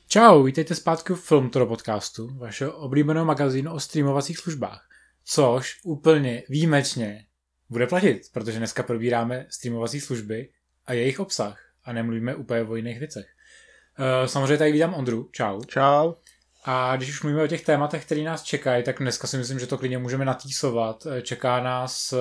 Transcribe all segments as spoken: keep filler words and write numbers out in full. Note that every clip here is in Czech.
Čau, vítejte zpátky v Filmtoro podcastu, vašeho oblíbeného magazínu o streamovacích službách, což úplně výjimečně bude platit, protože dneska probíráme streamovací služby a jejich obsah a nemluvíme úplně o jiných věcech. Samozřejmě tady vítám Ondru, čau. Čau. A když už mluvíme o těch tématech, které nás čekají, tak dneska si myslím, že to klidně můžeme natýsovat. Čeká nás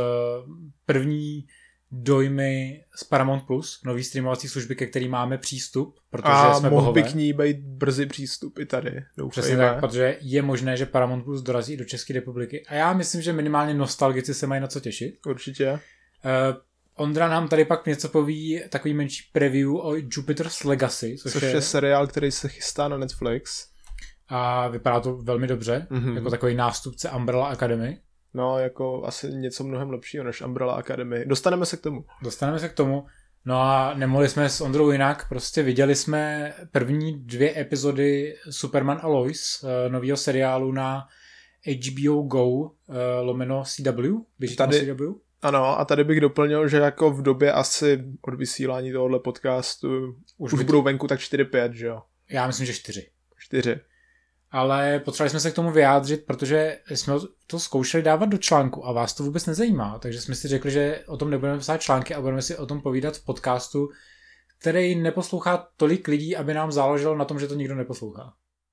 první dojmy z Paramount Plus, nový streamovací služby, ke který máme přístup, protože a jsme mohl bohové. by k ní být brzy přístup i tady, doufejme. Přesně tak, protože je možné, že Paramount Plus dorazí do České republiky a já myslím, že minimálně nostalgici se mají na co těšit. Určitě. Uh, Ondra nám tady pak něco poví, takový menší preview o Jupiter's Legacy, což, což je, je seriál, který se chystá na Netflix. A vypadá to velmi dobře, mm-hmm. jako takový nástupce Umbrella Academy. No, jako asi něco mnohem lepšího než Umbrella Academy. Dostaneme se k tomu. Dostaneme se k tomu. No a nemohli jsme s Ondrou jinak, prostě viděli jsme první dvě epizody Superman a Lois, nového seriálu na H B O Go, lomeno C W. Běží tady, C W? Ano, a tady bych doplnil, že jako v době asi od vysílání tohohle podcastu už, už budou venku tak čtyři pět, že jo? Já myslím, že čtyři. čtyři. Ale potřebovali jsme se k tomu vyjádřit, protože jsme to zkoušeli dávat do článku a vás to vůbec nezajímá, takže jsme si řekli, že o tom nebudeme psát články a budeme si o tom povídat v podcastu, který neposlouchá tolik lidí, aby nám záleželo na tom, že to nikdo neposlouchá.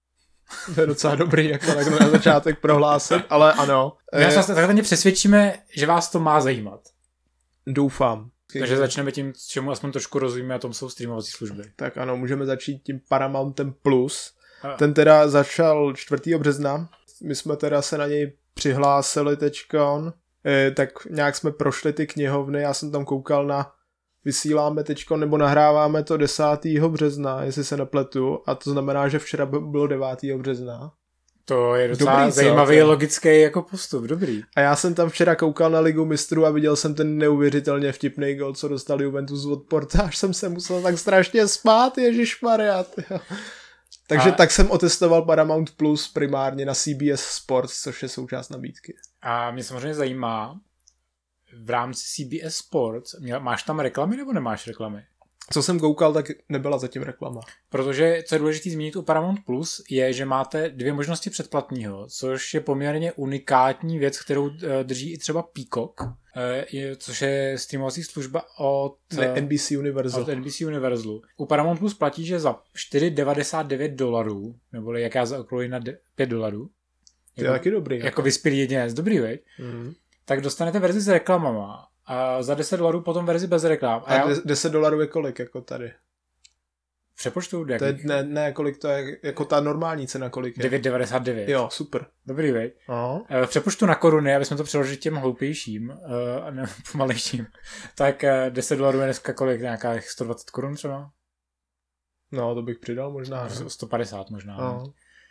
To je docela dobrý, jako takhle na začátek prohlásit, ale ano. My vás takhle přesvědčíme, že vás to má zajímat. Doufám. Takže začneme tím, čemu aspoň trošku rozumíme, a tom jsou streamovací služby. Tak ano, můžeme začít tím Paramountem Plus. Ten teda začal čtvrtého března, my jsme teda se na něj přihlásili teďkon, e, tak nějak jsme prošli ty knihovny, já jsem tam koukal na vysíláme teďkon, nebo nahráváme to desátého března, jestli se nepletu, a to znamená, že včera bylo devátého března. To je docela dobrý, zajímavý co? Logický jako postup, dobrý. A já jsem tam včera koukal na Ligu mistrů a viděl jsem ten neuvěřitelně vtipný gol, co dostal Juventus od Porta, až jsem se musel tak strašně spát, ježišmarja, tyjo. Takže a... tak jsem otestoval Paramount Plus primárně na C B S Sports, což je součást nabídky. A mě samozřejmě zajímá, v rámci C B S Sports, máš tam reklamy nebo nemáš reklamy? Co jsem koukal, tak nebyla zatím reklama. Protože, co je důležité zmínit u Paramount Plus, je, že máte dvě možnosti předplatného, což je poměrně unikátní věc, kterou drží i třeba Peacock, což je streamovací služba od, ne, N B C Universal. od N B C Universalu. U Paramount Plus platí, že za čtyři devadesát devět dolarů, nebo jak já zaokrouhlím na pět dolarů. To je taky dobrý. Jako, jako vyspělý jedinec, dobrý, veď? Mm-hmm. Tak dostanete verzi s reklamama. A za deset dolarů potom verzi bez reklam. A, a já... deset dolarů je kolik, jako tady? V přepočtu jakých? To je, ne, ne, kolik to je, jako ta normální cena, kolik je? devět devadesát devět. Jo, super. Dobrý, veď? Aha. V přepočtu na koruny, aby jsme to přeložili těm hloupějším, a ne, pomalejším, tak deset dolarů je dneska kolik? Nějaká sto dvacet korun třeba? No, to bych přidal možná. sto padesát možná. Aha.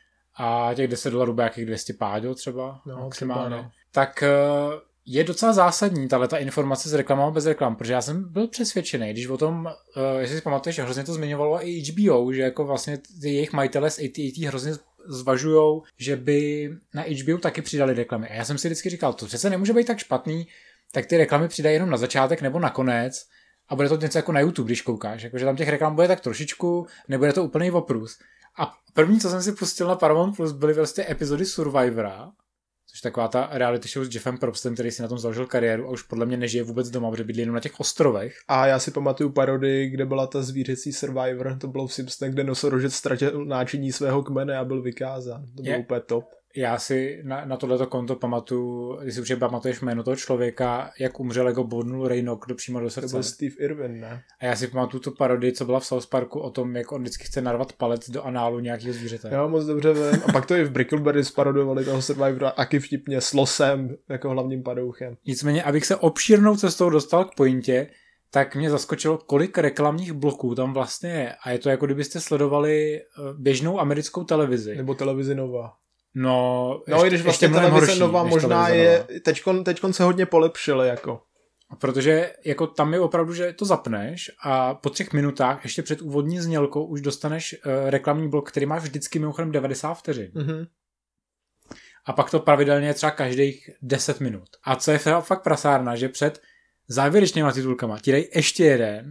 A těch deset dolarů by jakých dvě stě páďo třeba? No, maximálně. třeba, no. Tak... Je docela zásadní tato informace s reklamou bez reklam, protože já jsem byl přesvědčený, když o tom, uh, jestli si pamatuješ, hrozně to zmiňovalo i H B O, že jako vlastně ty jejich majitele z A T and T hrozně zvažujou, že by na H B O taky přidali reklamy. A já jsem si vždycky říkal, to přece nemůže být tak špatný, tak ty reklamy přidají jenom na začátek nebo na konec a bude to něco jako na YouTube, když koukáš, jakože tam těch reklam bude tak trošičku, nebude to úplný oprus. A první, co jsem si pustil na Paramount Plus, byly vlastně epizody Survivora, což je taková ta reality show s Jeffem Probstem, který si na tom založil kariéru a už podle mě nežije vůbec doma, protože bydlí jenom na těch ostrovech. A já si pamatuju parodii, kde byla ta zvířecí Survivor, to bylo v Simpsonech, kde nosorožec ztratil náčiní svého kmene a byl vykázán. To bylo je, úplně top. Já si na, na tohleto konto pamatuju, když si určitě pamatuješ jméno toho člověka, jak umřel, jako bodnul Raynok do přímo do srdce. To byl Steve Irwin, ne? A já si pamatuju tu parodii, co byla v South Parku o tom, jak on vždycky chce narvat palec do análu nějakého zvířete. Jo, moc dobře vím. A pak to i v Brickleberry sparodovali toho Survivora, aky vtipně s losem jako hlavním padouchem. Nicméně, abych se obšírnou cestou dostal k pointě, tak mě zaskočilo, kolik reklamních bloků tam vlastně je. A je to jako kdybyste sledovali běžnou americkou televizi. Nebo televizi Nova. No, no ještě, i když vlastně televize horší, Nova možná je, teďkon, teďkon se hodně polepšily, jako. Protože jako tam je opravdu, že to zapneš a po třech minutách ještě před úvodní znělkou už dostaneš uh, reklamní blok, který máš vždycky mimochodem devadesát vteřin. Mm-hmm. A pak to pravidelně je třeba každých deset minut. A co je fakt prasárna, že před závěrečnýma titulkama ti dají ještě jeden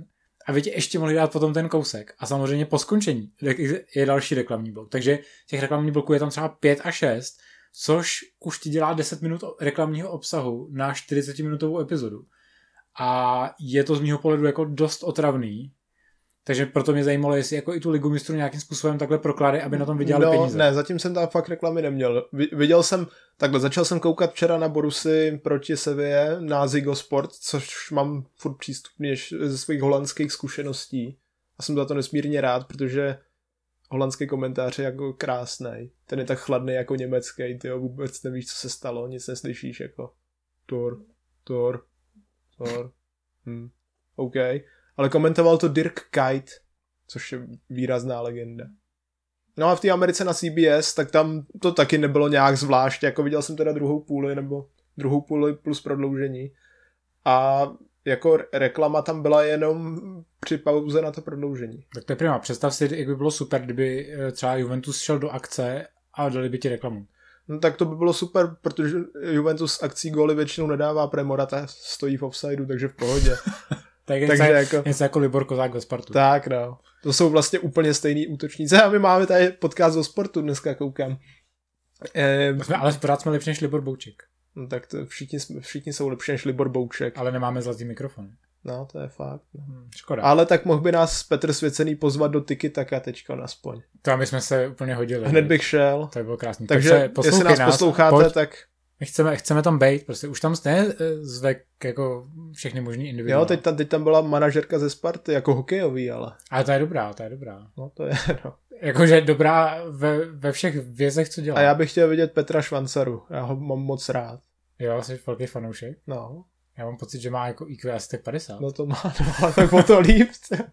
A vy ti ještě mohli dát potom ten kousek. A samozřejmě po skončení je další reklamní blok. Takže těch reklamních bloků je tam třeba pět a šest, což už ti dělá deset minut reklamního obsahu na čtyřicetiminutovou epizodu. A je to z mýho pohledu jako dost otravný. Takže proto mě zajímalo, jestli jako i tu Ligu mistrů nějakým způsobem takhle prokládej, aby na tom vydělali no, peníze. Ne, zatím jsem tam fakt reklamy neměl. Viděl jsem, takhle, začal jsem koukat včera na Borussy proti Sevilla na Ziggo Sport, což mám furt přístupný ze svých holandských zkušeností. A jsem za to nesmírně rád, protože holandský komentář je jako krásný. Ten je tak chladný jako německý, ty vůbec nevíš, co se stalo, nic neslyšíš, jako Tor, Tor, Tor, hm, OK. Ale komentoval to Dirk Kuyt, což je výrazná legenda. No a v té Americe na C B S, tak tam to taky nebylo nějak zvlášť, jako viděl jsem teda druhou půli, nebo druhou půli plus prodloužení. A jako reklama tam byla jenom při pauze na to prodloužení. Tak to je prima. Představ si, jak by bylo super, kdyby třeba Juventus šel do akce a dali by ti reklamu. No tak to by bylo super, protože Juventus akcí góly většinou nedává, protože Morata stojí v offsideu, takže v pohodě. Tak něco, Takže jako, něco jako Libor Kozák ve Spartu. Tak no. To jsou vlastně úplně stejný útočníci. A my máme tady podcast o sportu, dneska koukám. E, ale pořád jsme lepší než Libor Bouček. No tak to všichni, všichni jsou lepší než Libor Bouček. Ale nemáme zlatý mikrofon. No, to je fakt. No. Hmm, škoda. Ale tak mohl by nás Petr Svěcený pozvat do Tiki Taka teďka aspoň. To my jsme se úplně hodili. Hned bych šel. To by bylo krásný. Takže jestli nás, nás posloucháte, pojď. tak... My chceme, chceme tam být, prostě už tam ne zve jako všechny možný individuály. Jo, teď tam, teď tam byla manažerka ze Sparty, jako hokejový, ale... Ale to je dobrá, to je dobrá. No to je, no. Jakože dobrá ve, ve všech vězech, co dělá. A já bych chtěl vidět Petra Švancaru, já ho mám moc rád. Jo, jsi velký fanoušek? No. Já mám pocit, že má jako I Q asi tak padesát. No to má, no, tak o to líp.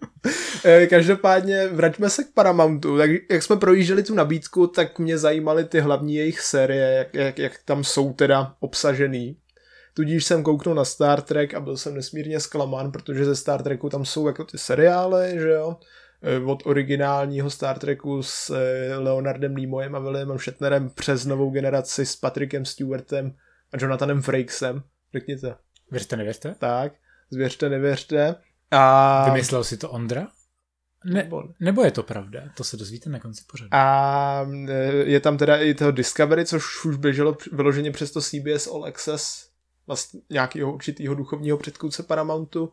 Každopádně vraťme se k Paramountu. Tak jak jsme projížděli tu nabídku, tak mě zajímaly ty hlavní jejich série, jak, jak, jak tam jsou teda obsažený. Tudíž jsem kouknul na Star Trek a byl jsem nesmírně zklamán, protože ze Star Treku tam jsou jako ty seriály, že jo? Od originálního Star Treku s Leonardem Nimoyem a Williamem Shatnerem přes novou generaci s Patrickem Stewartem a Jonathanem Frakesem. Řekněte. Věřte, nevěřte? Tak, zvěřte, nevěřte. A... Vymyslel si to Ondra? Ne, nebo, nebo je to pravda? To se dozvíte na konci pořadu. A je tam teda i toho Discovery, což už běželo vyloženě přes to C B S All Access, vlastně nějakého určitého duchovního předchůdce Paramountu.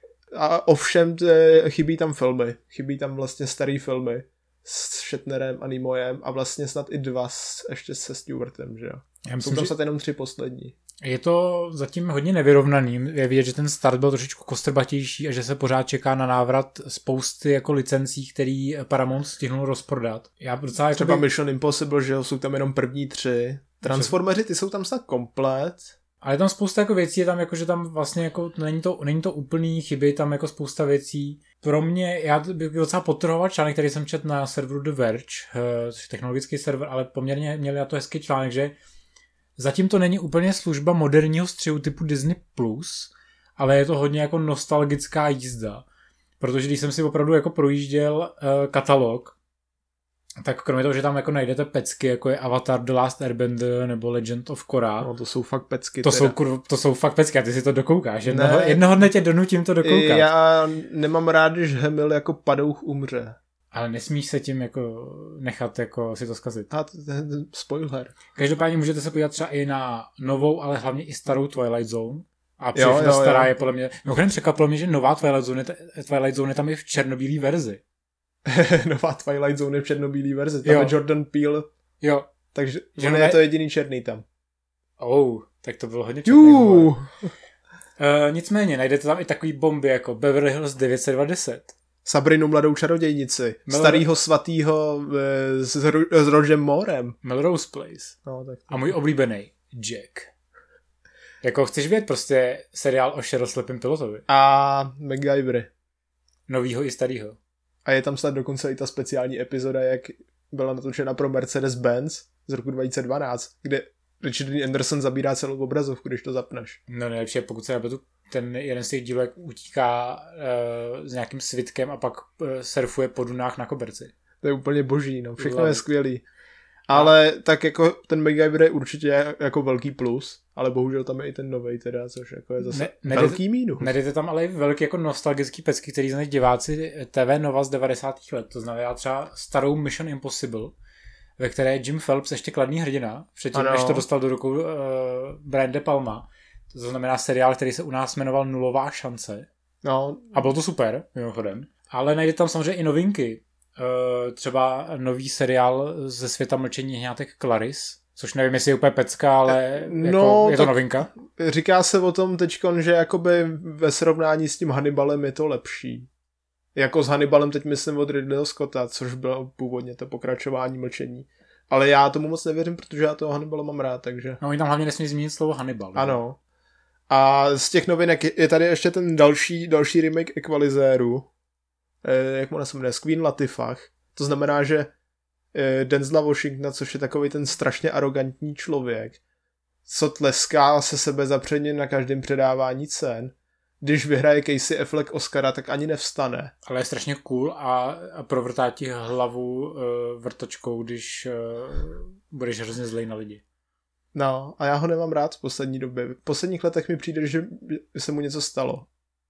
A ovšem chybí tam filmy. Chybí tam vlastně starý filmy s Shatnerem a Nimoyem a vlastně snad i dva s, ještě se Stewartem, že jo? Já myslím, Jsou tam že... snad jenom tři poslední. Je to zatím hodně nevyrovnaný. Je vidět, že ten start byl trošičku kostrbatější a že se pořád čeká na návrat spousty jako licencí, který Paramount stihnul rozprodat. Já docela Třeba jakoby... Mission Impossible, že jo, jsou tam jenom první tři. Transformeři, ty jsou tam snad komplet. Ale tam spousta jako věcí je tam jako, že tam vlastně jako není to, není to úplný, chybí tam jako spousta věcí. Pro mě, já bych docela podtrhoval článek, který jsem četl na serveru The Verge, což je technologický server, ale poměrně měli na to hezký článek, že zatím to není úplně služba moderního střihu typu Disney plus, ale je to hodně jako nostalgická jízda. Protože když jsem si opravdu jako projížděl uh, katalog, tak kromě toho, že tam jako najdete pecky, jako je Avatar The Last Airbender nebo Legend of Korra. No to jsou fakt pecky. To jsou, kurv, to jsou fakt pecky a ty si to dokoukáš. Jednoho, ne, jednoho dne tě donutím to dokoukat. Já nemám rád, když Hemil jako padouch umře. Ale nesmíš se tím jako nechat jako si to zkazit. A ten spoiler. Každopádně můžete se podívat třeba i na novou, ale hlavně i starou Twilight Zone. A všechno stará jo. je podle mě... Mimochodem překvapilo mě, že nová Twilight Zone, Twilight Zone je tam i v černobílý verzi. Nová Twilight Zone je v černobílý verzi. Tam jo. je Jordan Peele. Jo. Takže on ne... je to jediný černý tam. Oh, tak to bylo hodně černý. Uh. Uh, nicméně, najdete tam i takový bomby jako Beverly Hills devět set dvacet. Sabrinu mladou čarodějnici. Mel... Starýho svatýho e, s, Ro- s Rogerem Moorem. Melrose Place. No, tak... A můj oblíbený Jack. Jako chceš vědět prostě seriál o šeroslepém pilotovi. A MacGyvery. Novýho i starýho. A je tam snad dokonce i ta speciální epizoda, jak byla natočena pro Mercedes-Benz z roku dva tisíce dvanáct, kde Richard Dean Anderson zabírá celou obrazovku, když to zapneš. No nejlepší je, pokud se nebetu, ten jeden z těch dílů, jak utíká uh, s nějakým svitkem a pak uh, surfuje po dunách na koberci. To je úplně boží, no. Všechno Love. Je skvělý. Ale a... tak jako ten MacGyver je určitě jako velký plus, ale bohužel tam je i ten novej teda, což jako je zase ne, velký mínus. Nedejte tam ale i velký jako nostalgický pecky, který znají diváci T V Nova z devadesátých let. To znamená třeba starou Mission Impossible, ve které Jim Phelps ještě kladný hrdina, předtím, ano. než to dostal do rukou uh, Brian De Palma. To znamená seriál, který se u nás jmenoval Nulová šance. No. A bylo to super, mimochodem. Ale najde tam samozřejmě i novinky. Uh, třeba nový seriál ze světa mlčení hňátek Clarice, což nevím, jestli je úplně pecka, ale no, jako, je to novinka. Říká se o tom teďkon, že jakoby ve srovnání s tím Hannibalem je to lepší. Jako s Hannibalem teď myslím od Ridleyho Scotta, což bylo původně to pokračování mlčení. Ale já tomu moc nevěřím, protože já toho Hannibala mám rád, takže... No, oni tam hlavně nesmí zmínit slovo Hannibal. Ano. A z těch novinek je tady ještě ten další, další remake Equalizéru, eh, jak mu se jmenuje, Queen Latifah. To znamená, že eh, Denzela Washingtona, což je takový ten strašně arrogantní člověk, co tleská se sebe zapředně na každém předávání cen, když vyhraje Casey Affleck Oscara, tak ani nevstane. Ale je strašně cool a, a provrtá ti hlavu uh, vrtočkou, když uh, budeš hrozně zlej na lidi. No, a já ho nemám rád v poslední době. V posledních letech mi přijde, že se mu něco stalo.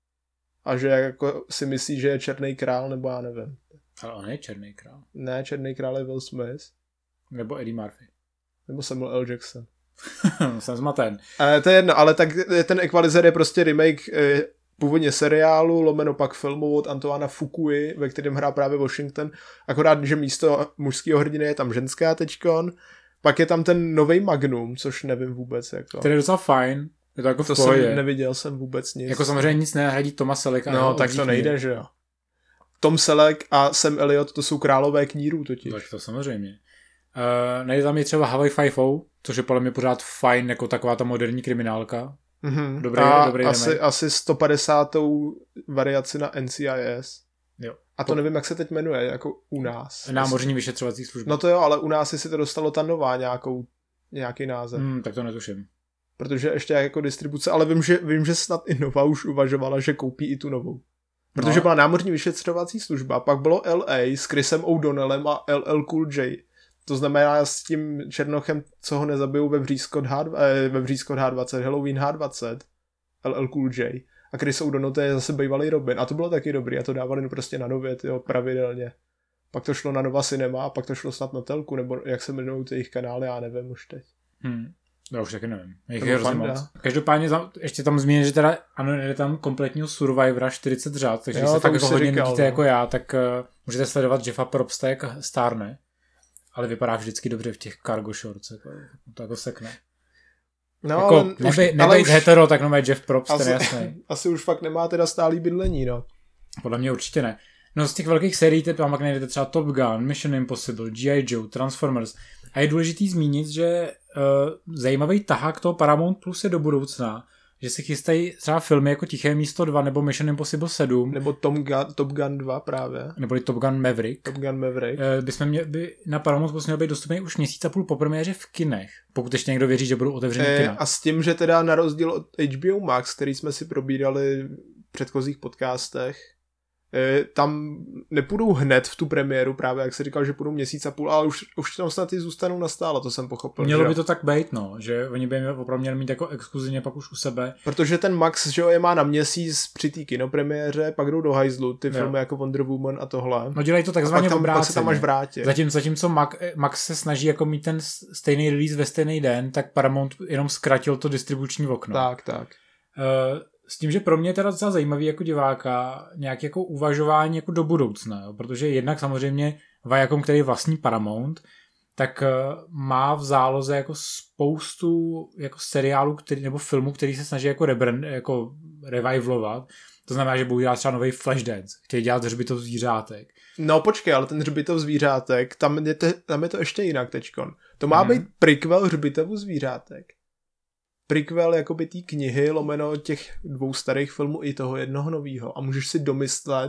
A že jako si myslí, že je černý král, nebo já nevím. Ale on je černý král. Ne, černý král je Will Smith. Nebo Eddie Murphy. Nebo Samuel L. Jackson. Jsem zmaten. E, to je jedno, ale tak ten Equalizer je prostě remake e, původně seriálu, lomeno pak filmu od Antoana Fukui, ve kterém hrá právě Washington. Akorát, že místo mužského hrdiny je tam ženská teďkon. Pak je tam ten novej Magnum, což nevím vůbec. Jako. To je docela fajn. Je to jako v to pohodě. Jsem, neviděl jsem vůbec nic. Jako samozřejmě nic nehradí Toma Sellecka. No, tak to nejde, že jo. Tom Selleck a Sam Elliott, to jsou králové knírů totiž. Tak to samozřejmě. Uh, nejde tam je třeba Hawaii Five-O, což je podle mě pořád fajn, jako taková ta moderní kriminálka. Mm-hmm. Dobrý, a dobrý asi, asi sto padesátou variaci na N C I S. Jo. A to po... nevím, jak se teď jmenuje, jako u nás. Námořní vyšetřovací služba. No to jo, ale u nás si to dostalo ta nová nějakou, nějaký název. Hmm, tak to netuším. Protože ještě jako distribuce, ale vím, že, vím, že snad i Nova už uvažovala, že koupí i tu novou. Protože no. byla námořní vyšetřovací služba, pak bylo L A s Chrisem O'Donnellem a L L Cool J. To znamená s tím černochem, co ho nezabijou ve Vřízkot H dvacet, eh, ve Vřízkot H dvacet, Halloween H dvacet, L L Cool J. A Chris O'Donnell, to je zase bývalý Robin. A to bylo taky dobrý a to dávali prostě na Nově, tyjo, pravidelně. Pak to šlo na Nova Cinema a pak to šlo snad na Telku, nebo jak se jmenují ty jejich kanály, já nevím už teď. Hmm. Já už taky nevím. Je moc. Každopádně ještě tam zmíním, že teda ano, jde tam kompletního Survivora čtyřicet řád, takže když se fakt jako hodně nudíte no. jako já, tak uh, můžete sledovat Jeffa Probsta, jak stárne. Ale vypadá vždycky dobře v těch cargo shorts, jako, to jako sekne. No, jako, ale neby, už, nebejt ale už, hetero, tak no Jeff Probst, asi, ten jasný. Asi už fakt nemá teda stálý bydlení, no. Podle mě určitě ne. No z těch velkých sérií tam pak najdete třeba Top Gun, Mission Impossible, G I. Joe, Transformers. A je důležitý zmínit, že uh, zajímavý tahák toho Paramount Plus je do budoucna, že si chystají třeba filmy jako Tiché místo dva nebo Mission Impossible sedm. Nebo Tom Gun, Top Gun dva právě. Nebo Top Gun Maverick. Top Gun Maverick. Uh, bychom mě, by na Paramount Plus měl být dostupný už měsíc a půl po premiéře v kinech. Pokud ještě někdo věří, že budou otevřený e, kina. A s tím, že teda na rozdíl od H B O Max, který jsme si probírali v předchozích podcastech, tam nepůjdou hned v tu premiéru, právě jak jsi říkal, že půjdou měsíc a půl, ale už, už tam snad i zůstanou nastále, to jsem pochopil. Mělo že? by to tak být, no, že oni by opravdu měli mít jako exkluzivně pak už u sebe. Protože ten Max, že jo, je má na měsíc při té kinopremiéře, pak jdou do hajzlu, ty jo. filmy jako Wonder Woman a tohle. No dělají to takzvaně obráceně. Pak se tam až vrátit. Zatímco, zatímco Max, Max se snaží jako mít ten stejný release ve stejný den, tak Paramount jenom zkratil to distribuční okno. Tak, tak. Uh, S tím, že pro mě je teda docela zajímavý jako diváka nějak jako uvažování jako do budoucna, jo? Protože jednak samozřejmě Viacom, který vlastní Paramount, tak uh, má v záloze jako spoustu jako seriálů, který, nebo filmů, který se snaží jako, rebrand, jako revivalovat. To znamená, že budou dělat třeba nový Flashdance, chtějí dělat Hřbitov zvířátek. No počkej, ale ten Hřbitov zvířátek, tam je, te, tam je to ještě jinak teďkon. To má hmm. být prequel Hřbitovu zvířátek. Prequel jakoby té knihy, lomeno těch dvou starých filmů i toho jednoho novýho. A můžeš si domyslet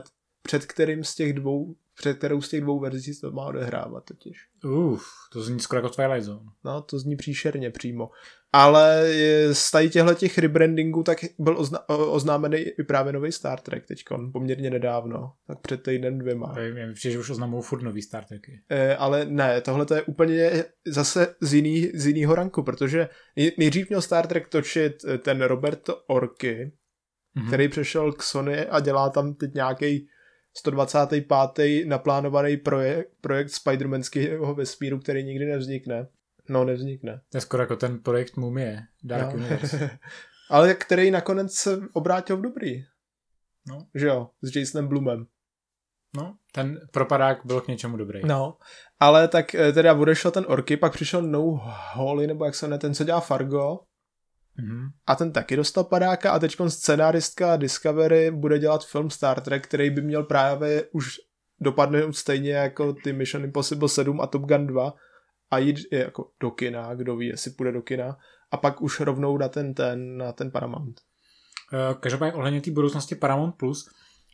před kterým z těch dvou, před kterou z těch dvou verzí to má odehrávat totiž. Uf, to zní skoro jako Twilight Zone. No, to zní příšerně přímo. Ale z tady těchto těch rebrandingů tak byl ozna- oznámený i právě nový Star Trek teďkon, poměrně nedávno, tak před týdnem dvěma. Já mi přijde, že už oznamují furt nový Star Treky. E, ale ne, tohle to je úplně zase z, jiný, z jinýho ranku, protože nejdřív měl Star Trek točit ten Roberto Orci, mm-hmm. který přešel k Sony a dělá tam teď nějaký sto dvacátý pátý naplánovaný projekt, projekt Spider-Manského vesmíru, který nikdy nevznikne. No, nevznikne. To je skoro jako ten projekt Mumie, Dark no. Universe. Ale který nakonec se obrátil v dobrý. No. Že jo, s Jasonem Blumem. No, ten propadák byl k něčemu dobrý. No, ale tak teda odešel ten Orky, pak přišel No Holly, nebo jak se ne, ten, co dělá Fargo. Mm-hmm. A ten taky dostal padáka a teď scénáristka Discovery bude dělat film Star Trek, který by měl právě už dopadnout stejně jako ty Mission Impossible sedm a Top Gun dva a jít jako do kina, kdo ví, jestli půjde do kina a pak už rovnou na ten, ten, na ten Paramount. Každopádně ohledně té budoucnosti Paramount Plus,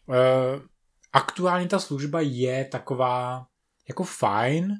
aktuálně ta služba je taková jako fajn,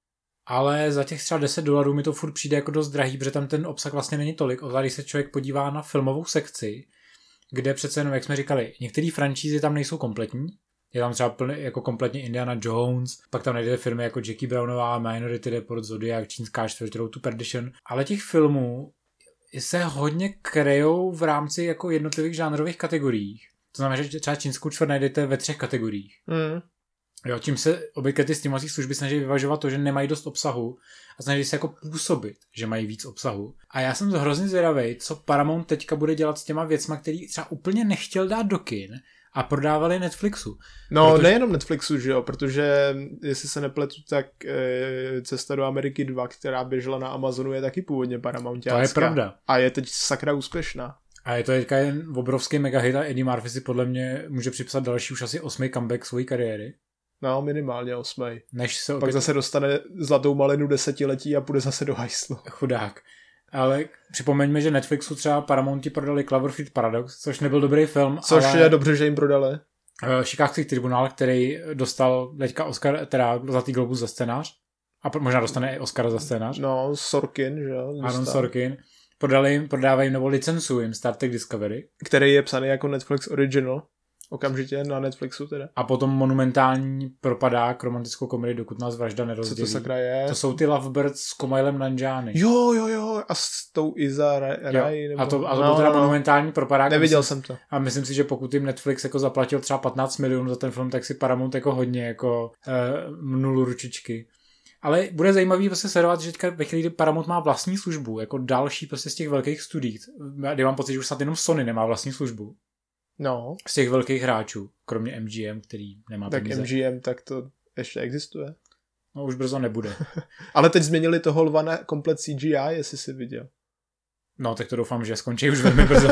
ale za těch třeba deset dolarů mi to furt přijde jako dost drahý, protože tam ten obsah vlastně není tolik. Ozvlášť, když se člověk podívá na filmovou sekci, kde přece jenom, jak jsme říkali, některé franšízy tam nejsou kompletní. Je tam třeba plný, jako kompletně Indiana Jones, pak tam najdete filmy jako Jackie Brownová, Minority Report, Zodiac, Čínská čtvrť, Road to Perdition. Ale těch filmů se hodně krejou v rámci jako jednotlivých žánrových kategoriích. To znamená, že třeba Čínskou čtvrť najdete ve třech kategoriích. Mm. Jo, tím se obvykle ty streamovací služby snaží vyvažovat to, že nemají dost obsahu a snaží se jako působit, že mají víc obsahu. A já jsem hrozně zvědavej, co Paramount teďka bude dělat s těma věcma, který třeba úplně nechtěl dát do kin a prodávali Netflixu. No, protože... nejenom Netflixu, že jo, protože jestli se nepletu, tak e, Cesta do Ameriky dva, která běžela na Amazonu, je taky původně Paramountiácká. To je pravda. A je teď sakra úspěšná. A je to teďka jen obrovský megahit a Eddie Murphy si podle mě může připsat další už asi osmý comeback svojí kariéry. No, minimálně osmej. Než se opět... Pak zase dostane zlatou malinu desetiletí a půjde zase do hajslu. Chudák. Ale připomeňme, že Netflixu třeba Paramounti prodali Cloverfield Paradox, což nebyl dobrý film. Což ale... je dobře, že jim prodali. Chicagský tribunál, který dostal teďka Oscar, teda Zlatý globus za scénář. A možná dostane i Oscar za scénář. No, Sorkin, že jo. Aaron Sorkin. Prodali jim, prodávají nebo licencují jim Star Trek Discovery. Který je psaný jako Netflix Original. Okamžitě na Netflixu teda. A potom monumentální propadák romantickou komedii Dokud nás vražda nerozdělí. Co to sakra je? To jsou ty Lovebirds s Kumailem Nanjiani. Jo, jo, jo. A s tou Iza Rai. Nebo... A to, a to no, byl teda no, no. monumentální propadák. Neviděl myslím, jsem to. A myslím si, že pokud jim Netflix jako zaplatil třeba patnáct milionů za ten film, tak si Paramount jako hodně jako uh, mnul ručičky. Ale bude zajímavý prostě sledovat, že teďka ve chvíli, kdy Paramount má vlastní službu, jako další prostě z těch velkých studií. Já mám pocit, že už snad jenom Sony nemá vlastní službu. No. Z těch velkých hráčů, kromě M G M, který nemá tak peníze. M G M, tak to ještě existuje. No už brzo nebude. Ale teď změnili toho lva na komplet C G I, jestli jsi viděl. No, tak to doufám, že skončí už velmi brzo.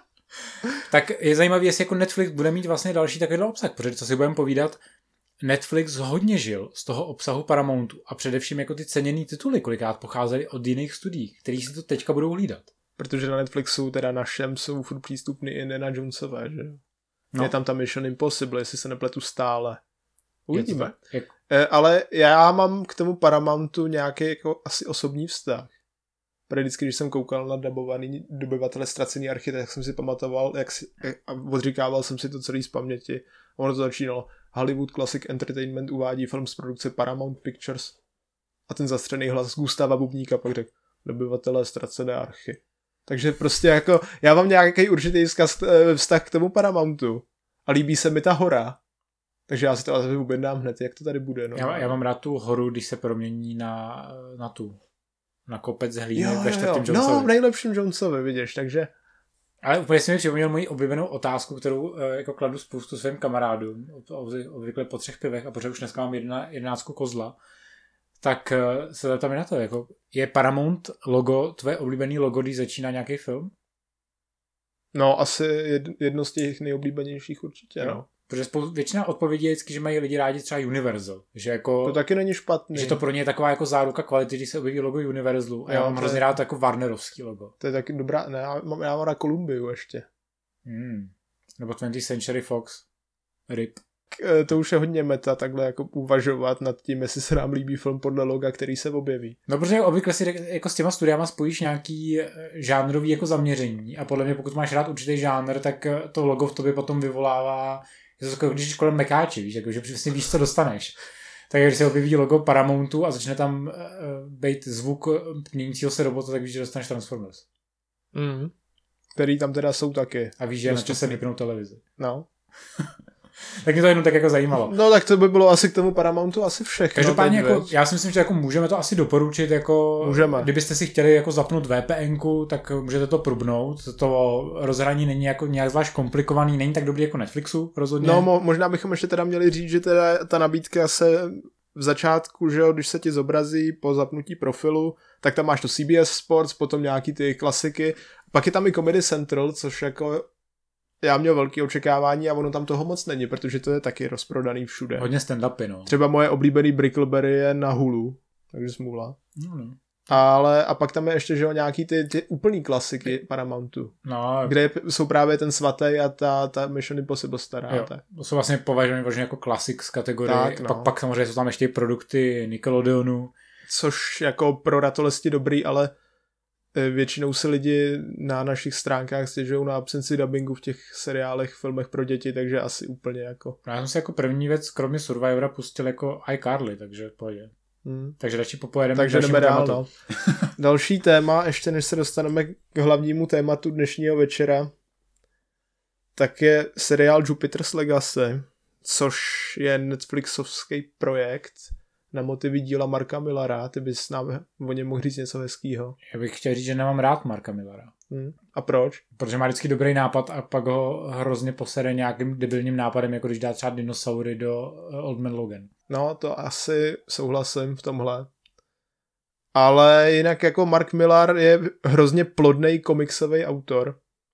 Tak je zajímavé, jestli jako Netflix bude mít vlastně další takovýhle obsah, protože co si budeme povídat, Netflix hodně žil z toho obsahu Paramountu a především jako ty ceněný tituly kolikrát pocházely od jiných studií, který si to teďka budou hlídat. Protože na Netflixu, teda našem, jsou furt přístupný i Indiana Jonesové, že? No. Je tam ta Mission Impossible, jestli se nepletu stále. Uvidíme. Jak... E, ale já mám k tomu Paramountu nějaký jako asi osobní vztah. Protože vždycky, když jsem koukal na dabovaný dobyvatele Ztracený archy, tak jsem si pamatoval, jak si, a odříkával jsem si to celý z paměti. Ono to začínalo. Hollywood Classic Entertainment uvádí film z produkce Paramount Pictures. A ten zastřený hlas Gustava Bubníka pak řekl dobyvatele Ztracené archy. Takže prostě jako, já mám nějaký určitý vzkaz, vztah k tomu Paramountu. A líbí se mi ta hora. Takže já si to asi objednám hned, jak to tady bude. No. Já, já mám rád tu horu, když se promění na, na tu, na kopec hlíny ve čtvrtém Jonesovi. No, v nejlepším Jonesovi, vidíš, takže... Ale úplně si mi připomněl moji oblíbenou otázku, kterou jako kladu spoustu svým kamarádům, obvykle po třech pivech, a protože už dneska mám jedna, jedenáctku kozla, tak se zeptám na to, jako je Paramount logo, tvoje oblíbený logo, když začíná nějaký film? No, asi jedno z těch nejoblíbenějších určitě, no. Protože spou- většina odpovědí je vždycky, že mají lidi rádi třeba Universal. Že jako, to taky není špatný. Že to pro ně je taková jako záruka kvality, když se objeví logo Universalu. A jo, já mám hrozně je... rád jako Warnerovský logo. To je taky dobrá, ne, já mám, já mám na Columbiu ještě. Hmm. Nebo twentieth Century Fox. R I P. to už je hodně meta, takhle jako uvažovat nad tím, jestli se nám líbí film podle loga, který se objeví. No, protože obvykle si jako s těma studiama spojíš nějaký žánrový jako zaměření a podle mě pokud máš rád určitý žánr, tak to logo v tobě potom vyvolává, je to jako když jsi kolem mekáči, víš, jako, že přesně víš, co dostaneš. Tak když se objeví logo Paramountu a začne tam uh, být zvuk měnícího se robota, tak víš, že dostaneš Transformers. Mm. Který tam teda jsou taky. A víš, že na čase vypnou televizi. No. Tak mě to jenom tak jako zajímalo. No tak to by bylo asi k tomu Paramountu asi všechno. Každopádně jako, já si myslím, že jako můžeme to asi doporučit, jako můžeme. Kdybyste si chtěli jako zapnout VPNku, tak můžete to prubnout. To rozhraní není jako nějak zvlášť komplikovaný, není tak dobrý jako Netflixu rozhodně. No mo- možná bychom ještě teda měli říct, že teda ta nabídka se v začátku, že jo, když se ti zobrazí po zapnutí profilu, tak tam máš to C B S Sports, potom nějaký ty klasiky. Pak je tam i Comedy Central, což jako já měl velké očekávání a ono tam toho moc není, protože to je taky rozprodaný všude. Hodně stand-upy, no. Třeba moje oblíbený Brickleberry je na Hulu, takže smůla. No, no. Ale a pak tam je ještě, že jo, nějaký ty, ty úplný klasiky Paramountu, no, kde je, jsou právě ten Svatý a ta, ta Mission Impossible stará. Jo, to jsou vlastně považované vlastně jako klasik z kategorie. Tak, no. pak, pak samozřejmě jsou tam ještě produkty Nickelodeonu. Což jako pro ratolesti dobrý, ale většinou se lidi na našich stránkách stěžují na absenci dubbingu v těch seriálech, filmech pro děti, takže asi úplně jako... Já jsem si jako první věc, kromě Survivora, pustil jako iCarly, takže pohodě. Hmm. Takže radši popojedeme. Takže jdeme dál, no. Další téma, ještě než se dostaneme k hlavnímu tématu dnešního večera, tak je seriál Jupiter's Legacy, což je Netflixovský projekt na motivy díla Marka Millara. Ty bys nám o něm mohl říct něco hezkýho. Já bych chtěl říct, že nemám rád Marka Millara. Hmm. A proč? Protože má vždycky dobrý nápad a pak ho hrozně posede nějakým debilním nápadem, jako když dá třeba dinosaury do Old Man Logan. No, to asi souhlasím v tomhle. Ale jinak jako Mark Millar je hrozně plodnej komiksový autor.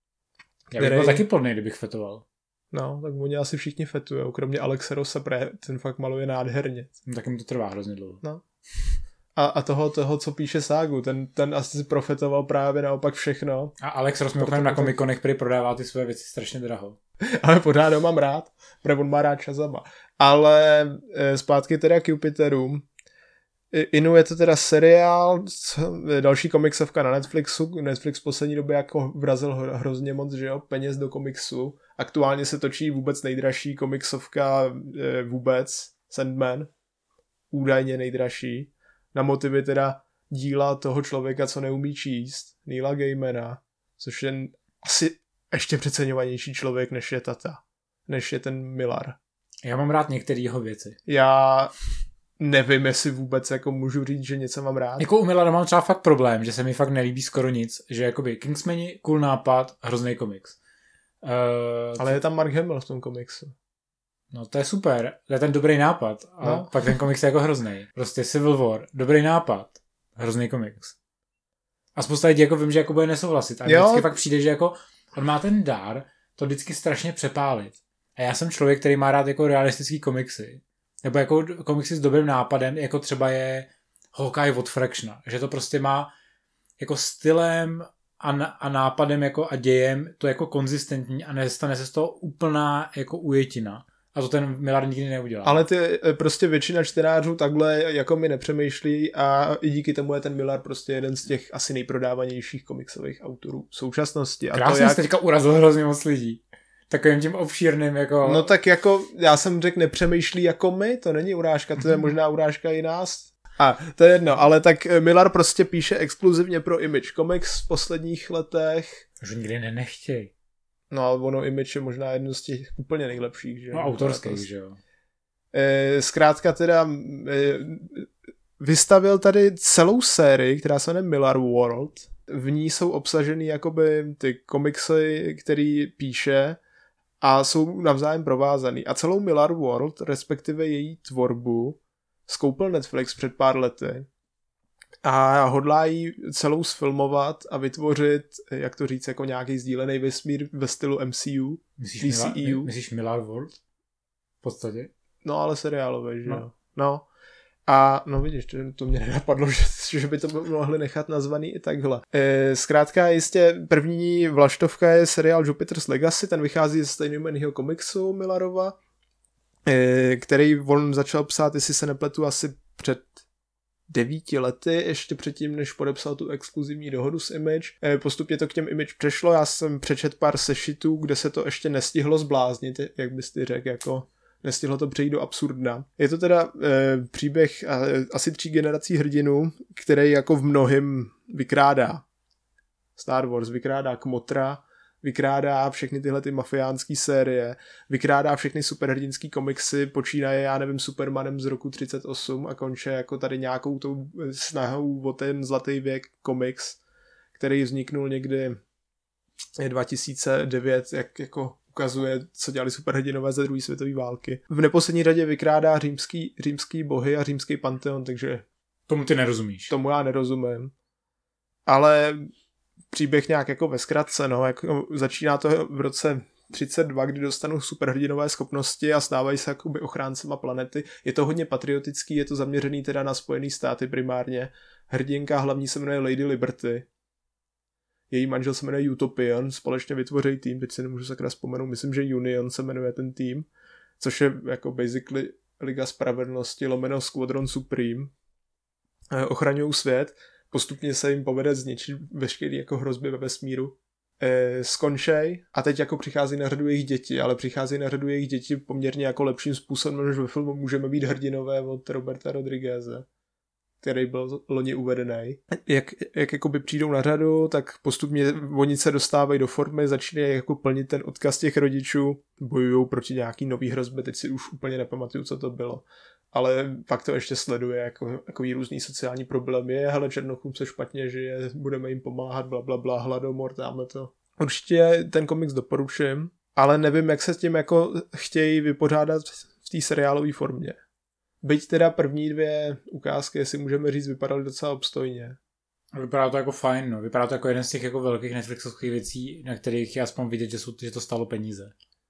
Já bych který... byl taky plodnej, kdybych fetoval. No, tak oni asi všichni fetujou, kromě Alexe Rossa, ten fakt maluje nádherně. No, tak mu to trvá hrozně dlouho. No. A, a toho, toho, co píše ságu, ten, ten asi si profetoval právě naopak všechno. A Alex Ross mimochodem na Comic-Conech, který prodává ty své věci strašně draho. Ale pořád ho mám rád, protože on má rád Shazama. Ale e, zpátky teda k Jupiterům. Inu je to teda seriál, další komiksovka na Netflixu. Netflix v poslední době jako vrazil hrozně moc, že jo, peněz do komiksu. Aktuálně se točí vůbec nejdražší komiksovka e, vůbec, Sandman. Údajně nejdražší. Na motivy teda díla toho člověka, co neumí číst, Neila Gaimana, což je asi ještě přeceňovanější člověk, než je tata, než je ten Millar. Já mám rád některé jeho věci. Já nevím, jestli vůbec jako můžu říct, že něco mám rád. Jako u Millara mám třeba fakt problém, že se mi fakt nelíbí skoro nic, že jakoby Kingsmani, cool nápad, hrozný komiks. Uh, Ale je tam Mark Hamill v tom komiksu. No to je super, to je ten dobrý nápad. A no. Pak ten komiks je jako hrozný. Prostě Civil War, dobrý nápad, hrozný komiks. A spousta lidí jako vím, že jako bude nesouhlasit. A jo. Vždycky fakt přijde, že jako on má ten dar to vždycky strašně přepálit. A já jsem člověk, který má rád jako realistický komiksy. Nebo jako komiksy s dobrým nápadem, jako třeba je Hawkeye od Fractiona. Že to prostě má jako stylem a, a nápadem jako a dějem to jako konzistentní a nestane se z toho úplná jako ujetina. A to ten Millar nikdy neudělal. Ale ty prostě většina čtenářů takhle jako mi nepřemýšlí a i díky tomu je ten Millar prostě jeden z těch asi nejprodávanějších komiksových autorů v současnosti. A krásně to jak... jste teďka urazil hrozně moc lidí. Takovým tím obšírným jako... No tak jako, já jsem řekl nepřemýšlí jako my, to není urážka, to je možná urážka i nás. A to je jedno, ale tak Millar prostě píše exkluzivně pro Image Comics v posledních letech. Už nikdy nenechtěj. No ale ono Image je možná jedno z těch úplně nejlepších, že? No autorských, že jo. E, zkrátka teda e, vystavil tady celou sérii, která se jmenuje Millar World. V ní jsou obsaženy jakoby ty komiksy, který píše a jsou navzájem provázaný. A celou Millar World, respektive její tvorbu, skoupil Netflix před pár lety a hodlá ji celou sfilmovat a vytvořit, jak to říct, jako nějaký sdílený vesmír ve stylu M C U, myslíš D C E U. Mila, myslíš Millar World? V podstatě? No, ale seriálové, že no. jo. No. A no vidíš, to, to mě nenapadlo, že, že by to mohli nechat nazvaný i takhle. E, zkrátka jistě první vlaštovka je seriál Jupiter's Legacy, ten vychází ze stejnojmenného komiksu Millarova. který on začal psát, jestli se nepletu, asi před devíti lety, ještě předtím, než podepsal tu exkluzivní dohodu s Image. Postupně to k těm Image přešlo, já jsem přečet pár sešitů, kde se to ještě nestihlo zbláznit, jak bys ty řekl, jako nestihlo to přejít do absurdna. Je to teda e, příběh a, asi tří generací hrdinů, který jako v mnohém vykrádá Star Wars, vykrádá Kmotra, vykrádá všechny tyhle ty mafiánský série, vykrádá všechny superhrdinský komiksy, počínaje, já nevím, Supermanem z roku třicet osm a konče jako tady nějakou tou snahou o ten zlatý věk komiks, který vzniknul někdy dva tisíce devět, jak jako ukazuje, co dělali superhrdinové ze druhé světové války. V neposlední řadě vykrádá římský, římský bohy a římský panteon, takže tomu ty nerozumíš. Tomu já nerozumím. Ale příběh nějak jako ve zkratce, no, jako začíná to v roce třicet dva, kdy dostanou superhrdinové schopnosti a stávají se jakoby ochráncema planety. Je to hodně patriotický, je to zaměřený teda na Spojený státy primárně. Hrdinka hlavní se jmenuje Lady Liberty. Její manžel se jmenuje Utopian, společně vytvoří tým, teď si nemůžu sakra vzpomenout, myslím, že Union se jmenuje ten tým, což je jako basically Liga spravedlnosti lomeno Squadron Supreme. Ochraňují svět, postupně se jim povede zničit veškeré jako hrozby ve vesmíru. E, skončej a teď jako přichází na řadu jejich děti, ale přichází na řadu jejich děti poměrně jako lepším způsobem, než ve filmu Můžeme být hrdinové od Roberta Rodrigueze, který byl loni uvedený. Jak, jak jakoby přijdou na řadu, tak postupně oni se dostávají do formy, začínají jako plnit ten odkaz těch rodičů, bojují proti nějaký nový hrozbě, teď si už úplně nepamatuju, co to bylo. Ale pak to ještě sleduje jako, jako různý sociální problémy. Je, hele, černochům se špatně žije, budeme jim pomáhat, bla, bla, bla, hladomor, dáme to. Určitě ten komiks doporučím, ale nevím, jak se s tím jako chtějí vypořádat v té seriálové formě. Byť teda první dvě ukázky, jestli můžeme říct, vypadaly docela obstojně. Vypadá to jako fajn, no. Vypadá to jako jeden z těch jako velkých Netflixových věcí, na kterých je aspoň vidět, že, jsou, že to stálo peníze.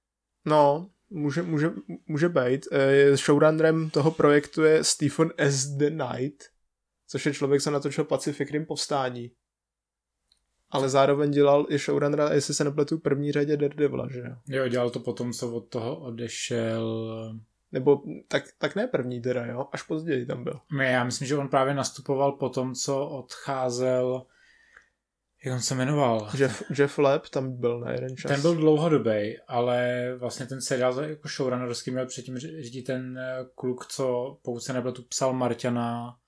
No, může, může, může být. E, showrunnerem toho projektu je Stephen S. The Knight, což je člověk, co natočil Pacific Rim Povstání. Ale zároveň dělal i showrunnera, jestli se nepletu, první řadě Daredevila, že jo? Jo, dělal to potom, co od toho odešel... Nebo tak, tak ne první teda, jo? Až později tam byl. Já myslím, že on právě nastupoval po tom, co odcházel... Jak on se jmenoval? Jeff, Jeff Leb tam byl na jeden čas. Ten byl dlouhodobý, ale vlastně ten seriál jako showrunnerský měl předtím řídit ten kluk, co pokud se nepletu psal Marťana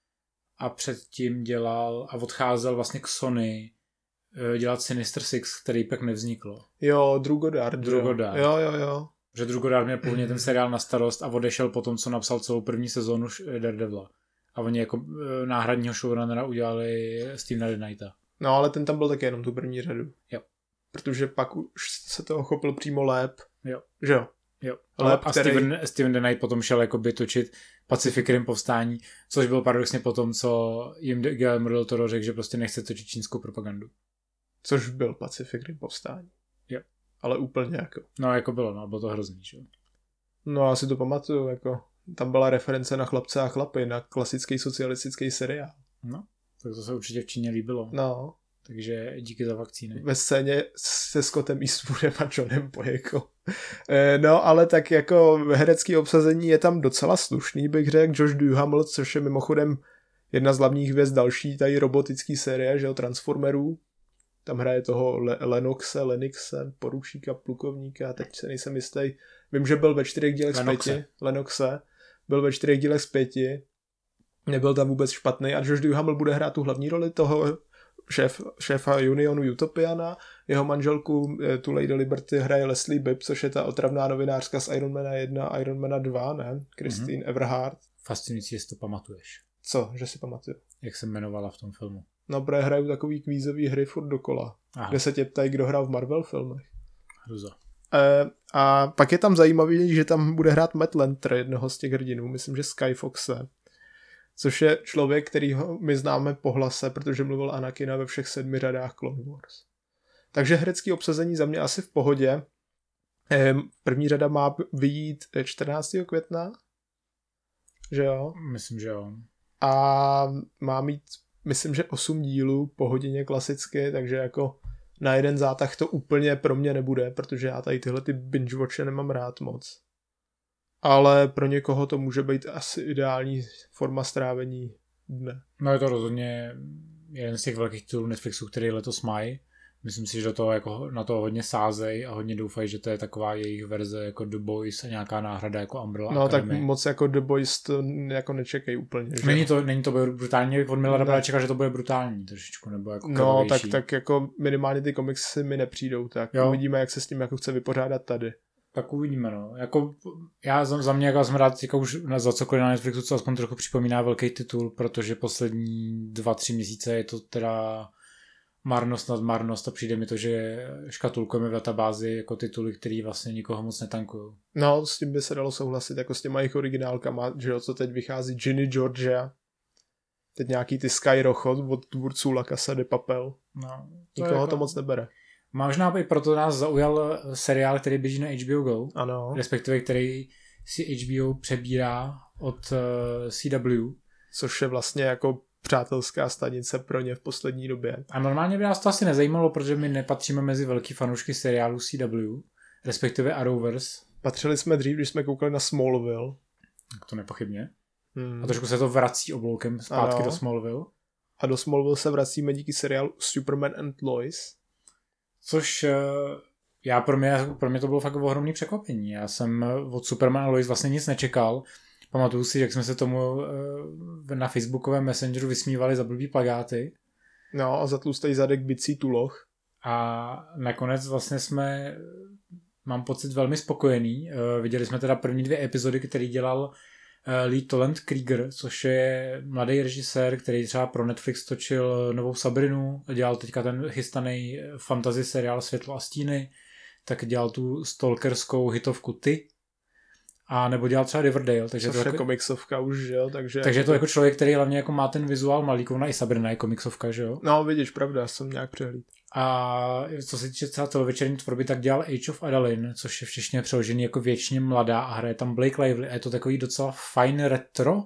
a předtím dělal a odcházel vlastně k Sony dělat Sinister Six, který pak nevzniklo. Jo, Drew Goddard. Drew Goddard. Jo, jo, jo. Že Drew Goddard měl původně ten seriál na starost a odešel po tom, co napsal celou první sezónu Daredevila. A oni jako náhradního showrunnera udělali Stevena The Knighta. No, ale ten tam byl taky jenom tu první řadu. Jo. Protože pak už se toho chopil přímo Leb. Jo. Že jo? Jo. Leb, a který... Steven, Steven The Knight potom šel jakoby točit Pacific Rim Povstání, což bylo paradoxně potom, co jim Guillermo del Toro řekl, že prostě nechce točit čínskou propagandu. Což byl Pacific Rim Povstání. Jo. Ale úplně jako. No, jako bylo, no, bylo to hrozný, že jo. No, já si to pamatuju, jako tam byla reference na Chlapce a chlapy, na klasický socialistický seriál. No, tak to se určitě v Číně líbilo. No. Takže díky za vakcíny. Ve scéně se Scottem Eastwoodem a Johnem Boyegou. No, ale tak jako herecký obsazení je tam docela slušný, bych řekl. Josh Duhamel, což je mimochodem jedna z hlavních hvězd další tady robotický série, že jo, Transformerů. Tam hraje toho Le- Lenoxe, Lenixe, poručíka, plukovníka, teď se nejsem jistý. Vím, že byl ve čtyřech dílech z pěti. Lenoxe. Byl ve čtyřech dílech z pěti. Nebyl tam vůbec špatný a Josh Duhamel bude hrát tu hlavní roli toho šéf, šéfa Unionu Utopiana. Jeho manželku, tu Lady Liberty, hraje Leslie Bibb, což je ta otravná novinářka z Ironmana jedna a Ironmana dva, ne? Christine mm-hmm. Everhart. Fascinující, jestli to pamatuješ. Co? Že si pamatuju? Jak se jmenovala v tom filmu? No, protože hrajou takový kvízový hry furt dokola. Aha. Kde se tě ptají, kdo hrál v Marvel filmech. Hruza. E, a pak je tam zajímavý, že tam bude hrát Matt Lanter, jednoho z těch hrdinů, myslím, že Sky Foxe. Což je člověk, kterýho my známe po hlase, protože mluvil Anakina ve všech sedmi řadách Clone Wars. Takže herecký obsazení za mě asi v pohodě. První řada má vyjít čtrnáctého května, že jo? Myslím, že jo. A má mít, myslím, že osm dílů po hodině klasicky, takže jako na jeden zátah to úplně pro mě nebude, protože já tady tyhle ty binge watche nemám rád moc. ale pro někoho to může být asi ideální forma strávení dne. No je to rozhodně jeden z těch velkých titulů Netflixu, který letos mají. Myslím si, že do toho jako na to hodně sázej a hodně doufají, že to je taková jejich verze jako The Boys a nějaká náhrada jako Umbrella No Academy. tak moc jako The Boys to jako nečekej úplně. Že? Není to, není to brutální, od Millera právě čekal, že to bude brutální trošičku, nebo jako no tak, tak jako minimálně ty komiksy mi nepřijdou, tak jo. Uvidíme, jak se s tím jako chce vypořádat tady. Tak uvidíme, no. Jako, já za, za mě jako jsem rád jako už za cokoliv na Netflixu, co aspoň trochu připomíná velký titul, protože poslední dva, tři měsíce je to teda marnost nad marnost a přijde mi to, že škatulkujeme v databázi jako tituly, který vlastně nikoho moc netankují. No, s tím by se dalo souhlasit, jako s těma jejich originálkama, že jo, co teď vychází Ginny Georgia, teď nějaký ty Skyrochot od tvůrců La Casa de Papel. No, to nikoho jako... to moc nebere. Možná i proto nás zaujal seriál, který běží na H B O Go, ano. Respektive který si H B O přebírá od uh, C W. Což je vlastně jako přátelská stanice pro ně v poslední době. A normálně by nás to asi nezajímalo, protože my nepatříme mezi velký fanoušky seriálu C W, respektive Arrowverse. Patřili jsme dřív, když jsme koukali na Smallville. Tak to nepochybně. Hmm. A trošku se to vrací obloukem zpátky ano. do Smallville. A do Smallville se vracíme díky seriálu Superman and Lois. Což já pro mě, pro mě to bylo fakt ohromný překvapení. Já jsem od Superman a Lois vlastně nic nečekal. Pamatuju si, jak jsme se tomu na facebookovém messengeru vysmívali za blbý plagáty. No a za tlustý zadek bicí tuloch. A nakonec vlastně jsme, mám pocit, velmi spokojený. Viděli jsme teda první dvě epizody, který dělal Lee Toland Krieger, což je mladý režisér, který třeba pro Netflix točil Novou Sabrinu, dělal teďka ten chystaný fantasy seriál Světlo a stíny, tak dělal tu stalkerskou hitovku Ty, a nebo dělal třeba Riverdale. Takže což to je jako, komiksovka už, že jo? Takže, takže to jako člověk, který hlavně jako má ten vizuál malíkovna, i Sabrina je komiksovka, že jo? No vidíš, pravda, jsem nějak přehlíd. A co se týče celá celovečerní tvorby, tak dělal Age of Adeline, což je v češtině přeložený jako Věčně mladá a hraje tam Blake Lively. A je to takový docela fajn retro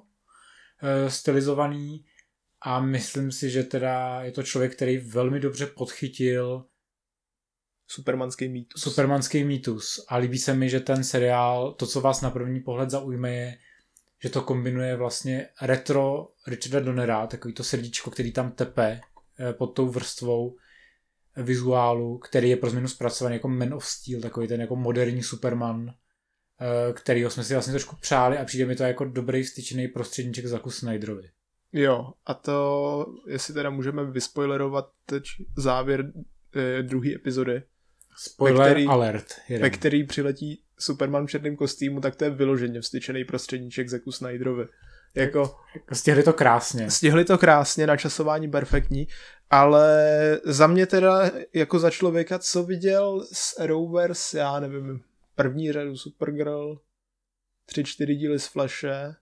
e, stylizovaný a myslím si, že teda je to člověk, který velmi dobře podchytil Supermanský mýtus. Supermanský mýtus. A líbí se mi, že ten seriál, to, co vás na první pohled zaujme, je, že to kombinuje vlastně retro Richarda Donnera, takový to srdíčko, který tam tepe e, pod tou vrstvou vizuálu, který je pro změnu zpracovaný jako Man of Steel, takový ten jako moderní Superman, kterýho jsme si vlastně trošku přáli a přijde mi to jako dobrý styčný prostředníček Zacku Snyderovi. Jo, a to, jestli teda můžeme vyspoilerovat teď závěr eh, druhé epizody. Spoiler který, alert. Jeden. Ve který přiletí Superman v černém kostýmu, tak to je vyloženě vstyčený prostředníček Zacku Snyderovi. Jako, stihli to krásně. Stihli to krásně, načasování perfektní, ale za mě teda jako za člověka, co viděl z Arrowverse, já nevím, první řadu Supergirl, tři, čtyři díly z Flashe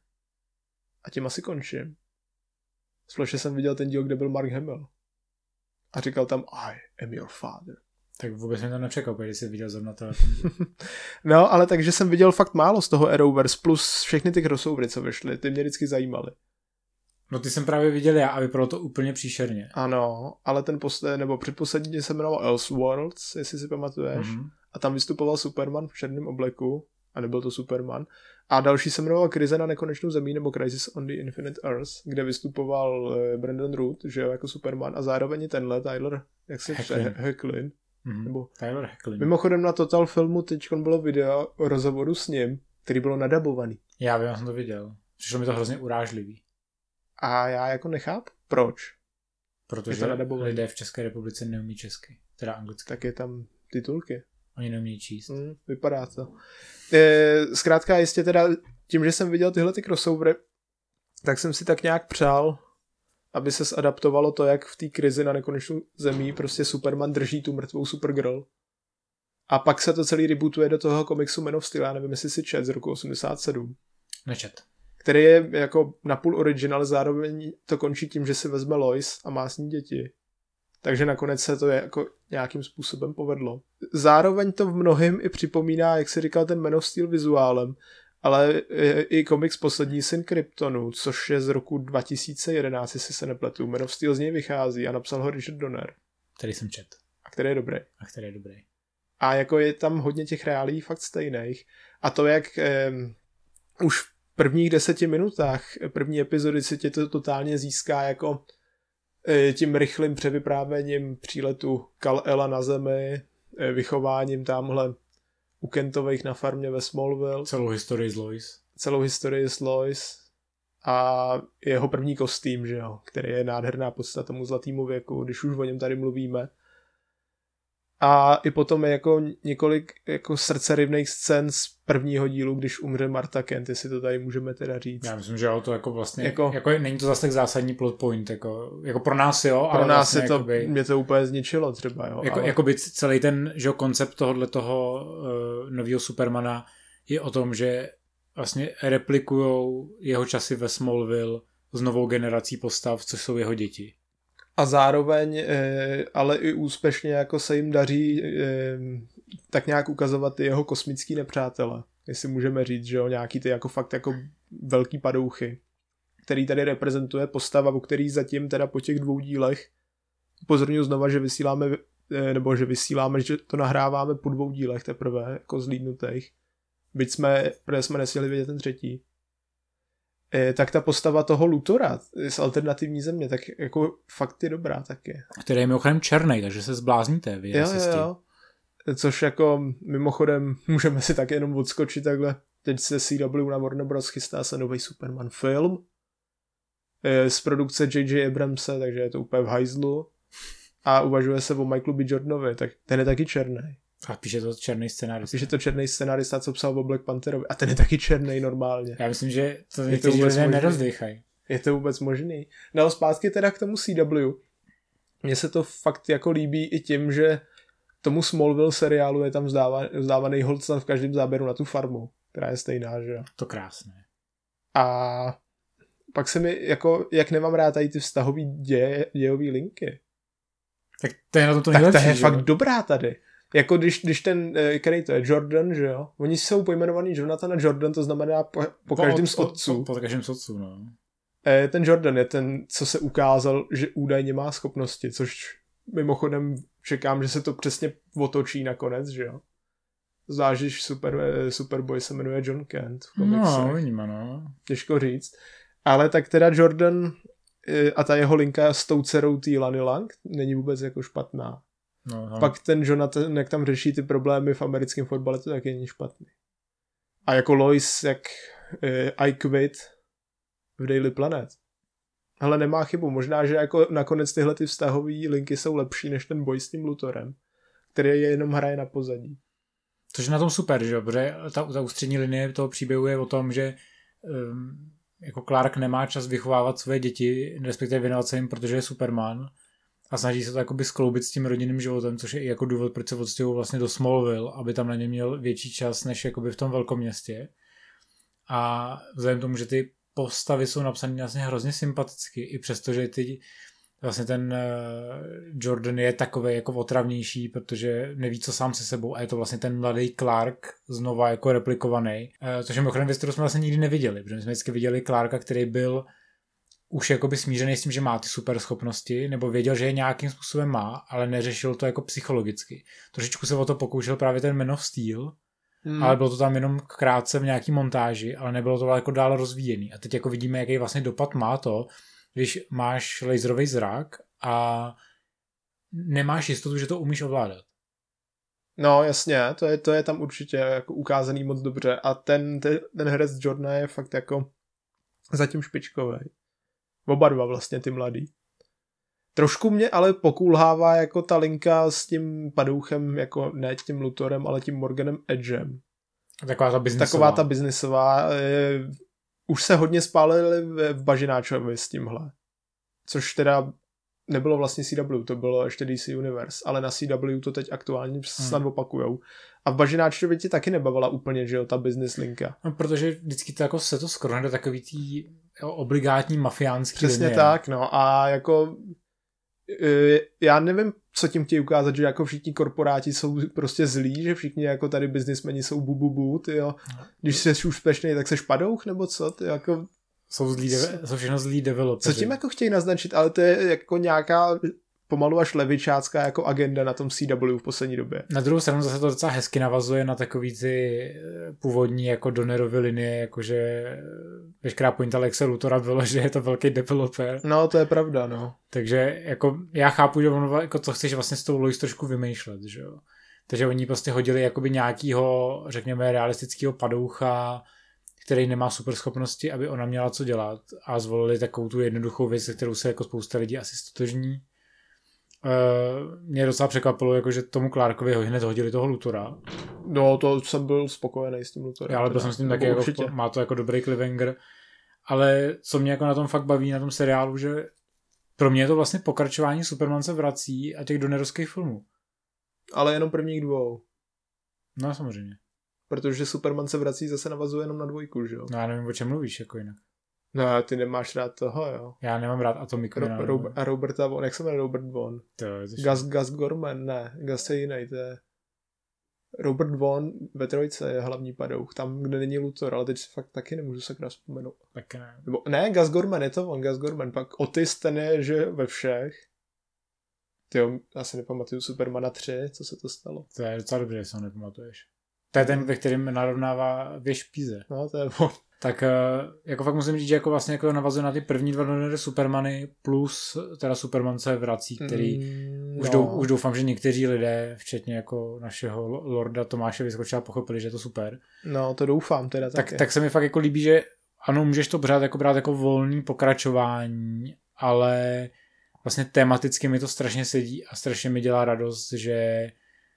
a tím asi končím. Z Flashe jsem viděl ten díl, kde byl Mark Hamill a říkal tam I am your father. Tak vůbec mě to nepřekvapuje, když jsi viděl zrovna to. No, ale takže jsem viděl fakt málo z toho Arrowverse, plus všechny ty crossovery, co vyšly, ty mě vždycky zajímaly. No ty jsem právě viděl já a vypadalo to úplně příšerně. Ano, ale ten poslední, nebo předposlední se jmenoval Elseworlds, jestli si pamatuješ. Mm-hmm. A tam vystupoval Superman v černém obleku, a nebyl to Superman. A další se jmenoval Krize na nekonečnou zemí, nebo Crisis on the Infinite Earth, kde vystupoval Brandon Root, že jo, jako Superman, a zároveň tenhle Tyler, jak se pře, Hoechlin. Mm-hmm. Nebo... Tyler Hoechlin. Mimochodem na Total Filmu teď bylo video o rozhovoru s ním, který bylo nadabovaný. Já vím, já jsem to viděl. Přišlo mi to hrozně urážlivý. A já jako nechápu, proč. Protože lidé v České republice neumí česky, teda anglicky. Tak je tam titulky. Oni neumí číst. Mm, vypadá to. E, zkrátka jistě teda tím, že jsem viděl tyhle ty crossovery, tak jsem si tak nějak přál, aby se zadaptovalo to, jak v té krizi na nekonečnou zemí prostě Superman drží tu mrtvou Supergirl. A pak se to celý rebootuje do toho komiksu Man of Steel, já nevím, jestli si čet z roku osmdesát sedm. Nečet. Který je jako napůl original, zároveň to končí tím, že si vezme Lois a má s ní děti. Takže nakonec se to je jako nějakým způsobem povedlo. Zároveň to v mnohém i připomíná, jak si říkal, ten Man of Steel vizuálem, ale i komiks Poslední syn Kryptonu, což je z roku dva tisíce jedenáct, jestli se nepletu. Man of Steel z něj vychází a napsal ho Richard Donner. Který jsem čet. A který je dobrý. A který je dobrý. A jako je tam hodně těch reálí fakt stejných. A to, jak eh, už v prvních deseti minutách první epizody se tě to totálně získá jako tím rychlým převyprávěním příletu Kal-Ela na zemi, vychováním tamhle u Kentových na farmě ve Smallville. Celou historii z Lois. Celou historii z Lois a jeho první kostým, že jo, který je nádherná podstata tomu zlatýmu věku, když už o něm tady mluvíme. A i potom je jako několik jako srdcerivných scén z prvního dílu, když umře Martha Kent, jestli to tady můžeme teda říct. Já myslím, že jo, to jako vlastně, jako, jako není to zase tak zásadní plot point, jako, jako pro nás jo, pro ale nás vlastně je to, jakoby, mě to úplně zničilo třeba, jo. Jako, ale... Jakoby celý ten, že koncept tohohle toho uh, nového Supermana je o tom, že vlastně replikujou jeho časy ve Smallville s novou generací postav, což jsou jeho děti. A zároveň, ale i úspěšně jako se jim daří tak nějak ukazovat ty jeho kosmický nepřátele. Jestli můžeme říct, že jo, nějaký ty jako fakt jako velký padouchy, který tady reprezentuje postava, o který zatím teda po těch dvou dílech upozorňuji znova, že vysíláme, nebo že vysíláme, že to nahráváme po dvou dílech teprve, jako zlídnutých. Byť jsme, protože jsme nesměli vidět ten třetí. Tak ta postava toho Luthora z alternativní země, tak jako fakt je dobrá taky. Který je mimochodem černej, takže se zblázníte vy. Jo, jo, jo. Což jako mimochodem můžeme si tak jenom odskočit takhle. Teď se C W na Warner Bros. Chystá se nový Superman film z produkce J J Abramse, takže je to úplně v hajzlu. A uvažuje se o Michaelu B. Jordanovi, tak ten je taky černý. A píše to černý scenárista. Píše to černý scenárista, co psal o Black Pantherovi. A ten je taky černý normálně. Já myslím, že to někteří lidé nerozdýchají. Je to vůbec možný. No zpátky teda k tomu C W. Mně se to fakt jako líbí i tím, že tomu Smallville seriálu je tam vzdáva, vzdávaný hold v každém záběru na tu farmu, která je stejná, že jo. To krásné. A pak se mi jako, jak nemám rád tady ty vztahový děje, dějový linky. Tak to je na to to tak nejlepší, ta je že? fakt dobrá tady. Jako když, když ten, který to je, Jordan, že jo? Oni jsou pojmenovaný Jonathan a Jordan, to znamená po, po každém z otců. Po, po, po každém z otců, no. Ten Jordan je ten, co se ukázal, že údajně má schopnosti, což mimochodem čekám, že se to přesně otočí nakonec, že jo? Zvlášť, když Super, Superboy se jmenuje John Kent v komiksech. No, vidíme, no. Těžko říct. Ale tak teda Jordan a ta jeho linka s tou dcerou tý Lany Lang není vůbec jako špatná. No, no. Pak ten Jonathan, jak tam řeší ty problémy v americkém fotbale, to taky není špatný. A jako Lois, jak eh, I Quit v Daily Planet. Hele, nemá chybu. Možná, že jako nakonec tyhle ty vztahové linky jsou lepší než ten boj s tím Luthorem, který je jenom hraje na pozadí. Což je na tom super, že jo? Protože ta, ta ústřední linie toho příběhu je o tom, že um, jako Clark nemá čas vychovávat své děti, respektive věnovat se jim, protože je Superman a snaží se to jakoby skloubit s tím rodinným životem, což je i jako důvod, proč se odstěhují vlastně do Smallville, aby tam na ně měl větší čas než jakoby v tom velkoměstě. A vzhledem tomu, že ty postavy jsou napsané vlastně hrozně sympaticky, i přesto, že ty vlastně ten uh, Jordan je takovej jako otravnější, protože neví, co sám se sebou a je to vlastně ten mladý Clark znova jako replikovaný, uh, což je mimochodem věc, kterou jsme vlastně nikdy neviděli, protože jsme vždycky viděli Clarka, který byl už jakoby smířený s tím, že má ty super schopnosti, nebo věděl, že je nějakým způsobem má, ale neřešil to jako psychologicky. Trošičku se o to pokoušel právě ten Man of Steel, Hmm. ale bylo to tam jenom krátce v nějaký montáži, ale nebylo to jako dál rozvíjený. A teď jako vidíme, jaký vlastně dopad má to, když máš laserový zrak a nemáš jistotu, že to umíš ovládat. No jasně, to je, to je tam určitě jako ukázaný moc dobře a ten, ten, ten herec Jordana je fakt jako zatím špičkový. Oba dva vlastně ty mladý. Trošku mě ale pokulhává jako ta linka s tím padouchem, jako ne tím Luthorem, ale tím Morganem Edgem. Taková ta biznisová. Taková ta biznisová. Je, už se hodně spálili v, v Bažináčovi s tímhle. Což teda nebylo vlastně C W, to bylo ještě D C Universe, ale na C W to teď aktuálně snad hmm. opakujou. A v Bažináčovi ti taky nebavila úplně, že jo, ta business linka. No, protože vždycky to jako se to skoro do takový tý jo, obligátní mafiánský Přesně linie. tak, no a jako já nevím, co tím chtějí ukázat, že jako všichni korporáti jsou prostě zlí, že všichni jako tady biznismeni jsou bu, bu, bu, tyjo. Když jsi úspěšný, tak seš padouch, nebo co? Ty jako... Jsou, zlí, jsou všechno zlí developeři. Co tím jako chtějí naznačit, ale to je jako nějaká pomalu až levičácká jako agenda na tom C W v poslední době. Na druhou stranu zase to docela hezky navazuje na takový ty původní jako Donnerovy linie, jakože veškerá pointa Lexe Luthora bylo, že je to velký developer. No, to je pravda, no. Takže jako já chápu, že ono jako to chceš vlastně s tou Lois trošku vymýšlet, že jo. Takže oni prostě hodili jakoby nějakýho, řekněme, realistického padoucha, který nemá super schopnosti, aby ona měla co dělat a zvolili takovou tu jednoduchou věc, se kterou se jako spousta lidí asi stotožní. Uh, mě docela překvapilo, jako, že tomu Clarkovi hned hodili toho Luthora. No, to jsem byl spokojený s tím Luthorem. Já, ale byl jsem s tím taky, jako, má to jako dobrý cliffhanger. Ale co mě jako na tom fakt baví, na tom seriálu, že pro mě je to vlastně pokračování Superman se vrací a těch Donnerovských filmů. Ale jenom prvních dvou. No samozřejmě. Protože Superman se vrací zase navazuje jenom na dvojku, že jo? No já nevím, o čem mluvíš jako jinak. No, ty nemáš rád toho, jo? Já nemám rád Atomic Man. Ro- Ro- a Roberta Von, jak se jmenuje Robert Von? To je Gus, Gus Gorman, ne, Gus je jiný, to je Robert Von ve trojce je hlavní padouch, tam, kde není Luthor, ale teď si fakt taky nemůžu se krát vzpomenout. Tak ne. Nebo, ne, Gus Gorman, je to on, Gus Gorman, pak Otis, ten je, že ve všech. Tyjo, já si nepamatuju Supermana tři, co se to stalo. To je docela dobře, že se ho nepamatuješ. To je ten, ve kterém narovnává věž Píze. No, to je on. Tak jako fakt musím říct, že jako vlastně jako navazuje na ty první dva Donnery Supermany plus teda Superman se vrací, který mm, už, no. dou, už doufám, že někteří lidé, včetně jako našeho lorda Tomáše Vyskočila, pochopili, že je to super. No, to doufám teda tak, taky. Tak se mi fakt jako líbí, že ano, můžeš to pořád jako brát jako volný pokračování, ale vlastně tematicky mi to strašně sedí a strašně mi dělá radost, že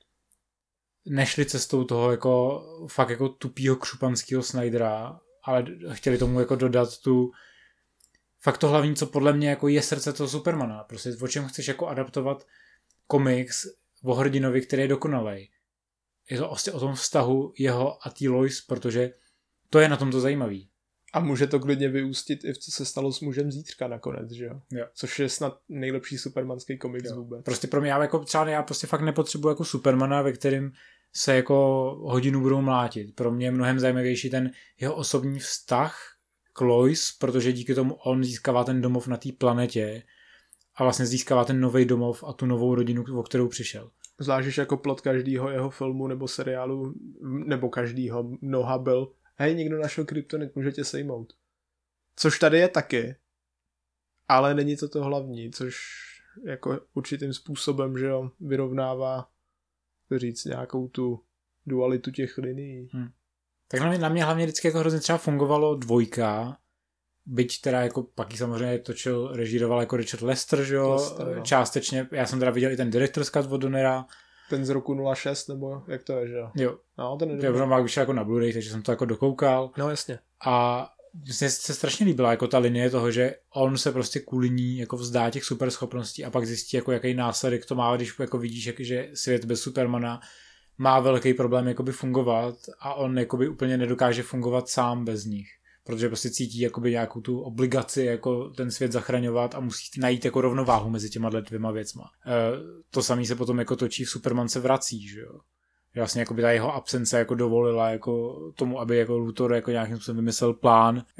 nešli cestou toho jako fakt jako tupýho křupanského Snydera, ale chtěli tomu jako dodat tu fakt to hlavní, co podle mě jako je srdce toho Supermana. Prostě o čem chceš jako adaptovat komiks o hrdinovi, který je dokonalej. Je to vlastně o tom vztahu jeho a té Lois, protože to je na tom to zajímavý. A může to klidně vyústit i v co se stalo s mužem zítřka nakonec, že jo? jo. Což je snad nejlepší supermanský komiks jo. vůbec. Prostě pro mě, já jako třeba já prostě fakt nepotřebuji jako Supermana, ve kterém se jako hodinu budou mlátit. Pro mě je mnohem zajímavější ten jeho osobní vztah k Lois, protože díky tomu on získává ten domov na té planetě a vlastně získává ten nový domov a tu novou rodinu, o kterou přišel. Zvlášť jako plot každýho jeho filmu nebo seriálu, nebo každýho mnoha byl hej, někdo našel kryptonit, můžete sejmout. Což tady je taky, ale není to to hlavní, což jako určitým způsobem, že jo, vyrovnává, to říct, nějakou tu dualitu těch linií. Hmm. Tak na mě, na mě hlavně vždycky jako hrozně třeba fungovalo dvojka, byť teda jako pak ji samozřejmě točil, režíroval jako Richard Lester, že jo, Lester, no. Částečně, já jsem teda viděl i ten director's cut od Donnera. Ten z roku nula šest, nebo jak to je, že jo? Jo. No, ten je dobrý. Pak vyšel jako na Blu-ray, takže jsem to jako dokoukal. No jasně. A mně se strašně líbila jako ta linie toho, že on se prostě kvůli ní jako vzdá těch superschopností a pak zjistí, jako jaký následek to má, když jako vidíš, jak, že svět bez Supermana má velký problém jakoby fungovat a on jakoby úplně nedokáže fungovat sám bez nich. Protože prostě cítí jakoby nějakou tu obligaci jako ten svět zachraňovat a musí najít jako rovnováhu mezi těma dvěma věcma. E, to samé se potom jako točí v Superman se vrací, že jo. Vlastně jakoby ta jeho absence jako dovolila jako tomu, aby jako Luthor jako nějakým způsobem vymyslel plán, e,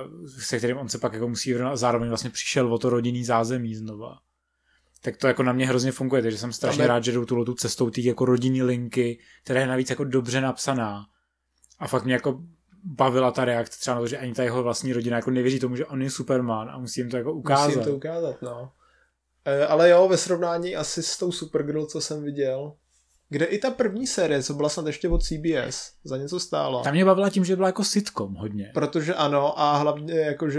se kterým on se pak jako musí vyrovnat a zároveň vlastně přišel o to rodinný zázemí znova. Tak to jako na mě hrozně funguje, takže jsem strašně Ale... rád, že jdou tu, tu cestou té jako rodinný linky, která je navíc jako dobře napsaná. A fakt mě jako bavila ta reakce třeba na to, že ani ta jeho vlastní rodina jako nevěří tomu, že on je Superman a musí jim to jako ukázat. Musí jim to ukázat, no. E, ale jo, ve srovnání asi s tou Supergirl, co jsem viděl, kde i ta první série, co byla snad ještě od C B S, za něco stála. Tam mě bavila tím, že byla jako sitcom hodně. Protože ano, a hlavně jakože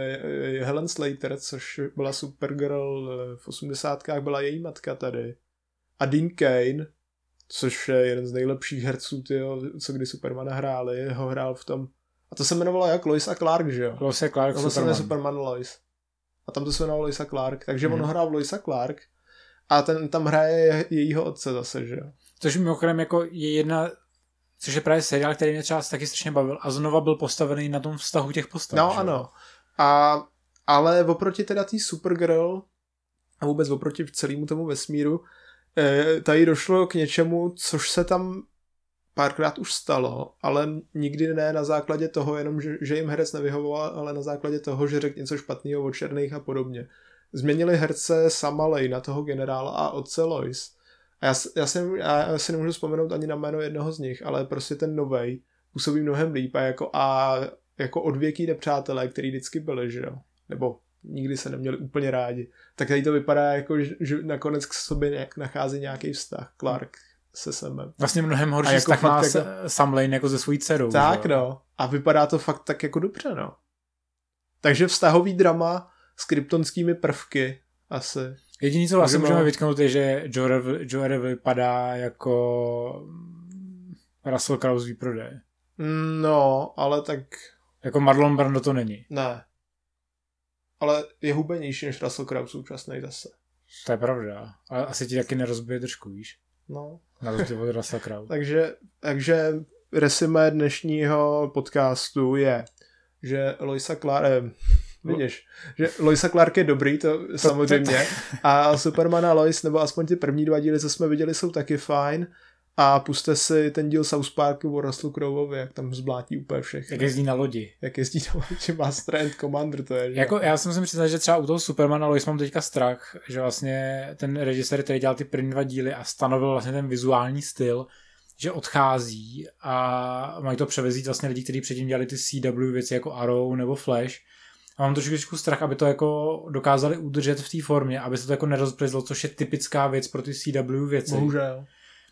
Helen Slater, což byla Supergirl v osmdesátkách, byla její matka tady. A Dean Cain, což je jeden z nejlepších herců, tyjo, co kdy Supermana hráli, ho hrál v tom. A to se jmenovalo jak Lois a Clark, že jo? Lois a Clark, to Superman. To Superman Lois. A tam to se jmenovalo Lois a Clark, takže hmm. on hrál v Lois a Clark a ten tam hraje jejího otce zase, že jo? Což mimochodem jako je jedna, což je právě seriál, který mě třeba taky strašně bavil a znova byl postavený na tom vztahu těch postav. No že? Ano. A, ale oproti teda tý Supergirl a vůbec oproti celému tomu vesmíru, eh, tady došlo k něčemu, což se tam párkrát už stalo, ale nikdy ne na základě toho, jenom že, že jim herec nevyhovoval, ale na základě toho, že řekl něco špatného o černých a podobně. změnili herce Sama Lay na toho generála a otce Lois. A já, já, si, já si nemůžu vzpomenout ani na jméno jednoho z nich, ale prostě ten novej působí mnohem líp a jako, a jako odvěký nepřátelé, který vždycky byli, že jo? Nebo nikdy se neměli úplně rádi. Tak tady to vypadá jako, že, že nakonec k sobě nějak nachází nějaký vztah. Clark se Samem. Vlastně mnohem horší jako vztah má jako, Sam Lane jako se svojí dcerou. Tak že? No. A vypadá to fakt tak jako dobře, no. Takže vztahový drama s kryptonskými prvky asi. Jediný, co vlastně můžeme vytknout, je, že Joe vypadá jako Russell Crowe z výprodeje. No, ale tak... Jako Marlon Brando to není. Ne. Ale je hubenější než Russell Crowe současnej zase. To je pravda. Ale asi ti taky nerozbije držku, víš? No. Na rozdíl od Russell Crowe. takže, takže resumé dnešního podcastu je, že Loisa Clark... Eh, vidíš, že Loisa Clark je dobrý, to, to samozřejmě. A Superman a Lois, nebo aspoň ty první dva díly, co jsme viděli, jsou taky fajn. A puste si ten díl South Parku o Russellu Croweovi, jak tam zblátí úplně všechno. Jak jezdí na lodi. Jak jezdí na lodi, Master and Commander, to je. Že? Jako, já si musím přiznat, že třeba u toho Supermana Lois mám teďka strach, že vlastně ten režisér, který dělal ty první dva díly a stanovil vlastně ten vizuální styl, že odchází a mají to převezít vlastně lidi, kteří předtím dělali ty C W věci jako Arrow nebo Flash. A mám trošku strach, aby to jako dokázali udržet v té formě, aby se to jako nerozplizlo, což je typická věc pro ty C W věci. Bohužel.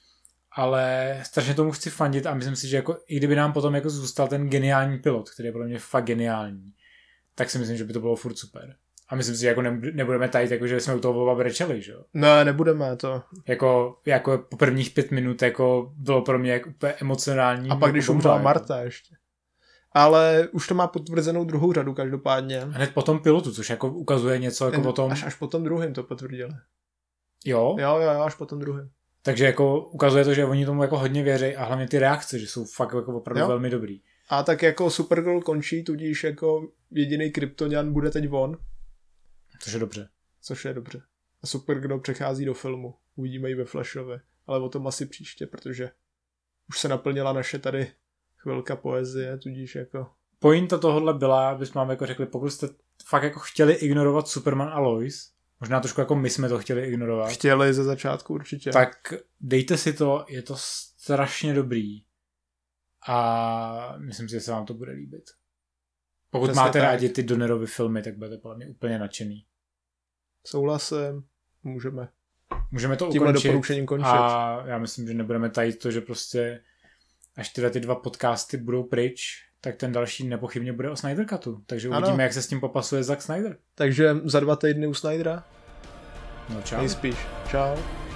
Ale strašně tomu chci fandit a myslím si, že jako, i kdyby nám potom jako zůstal ten geniální pilot, který je podle mě fakt geniální, tak si myslím, že by to bylo furt super. A myslím si, že jako nebudeme tajit, jako, že jsme u toho oba brečeli, že jo? Ne, nebudeme to. Jako, jako po prvních pět minut jako bylo pro mě jako úplně emocionální. A pak, když umřela Marta ještě. Ale už to má potvrzenou druhou řadu každopádně. Hned po tom pilotu, což jako ukazuje něco jako po tom... Až, až po tom druhém to potvrdili. Jo? Jo, jo, jo, až po tom druhém. Takže jako ukazuje to, že oni tomu jako hodně věří a hlavně ty reakce, že jsou fakt jako opravdu jo. velmi dobrý. A tak jako Supergirl končí, tudíž jako jediný kryptonian bude teď on. Což je dobře. Což je dobře. A Supergirl přechází do filmu. Uvidíme ji ve Flashově. Ale o tom asi příště, protože už se naplnila naše tady chvilka poezie, tudíž jako... Pointa tohohle byla, bychom vám jako řekli, pokud jste fakt jako chtěli ignorovat Superman a Lois, možná trošku jako my jsme to chtěli ignorovat. Chtěli ze začátku určitě. Tak dejte si to, je to strašně dobrý. A myslím si, že se vám to bude líbit. Pokud Přesně máte tak. rádi ty Donnerovy filmy, tak budete podle mě úplně nadšený. Souhlasím, můžeme. Můžeme to tímhle ukončit. doporučením končit. A já myslím, že nebudeme tajit to, že prostě až tyhle ty dva podcasty budou pryč, tak ten další nepochybně bude o Snyder Cutu. Takže uvidíme, ano. jak se s tím popasuje Zack Snyder. Takže za dva týdny u Snydera? No čau. Nejspíš. Čau.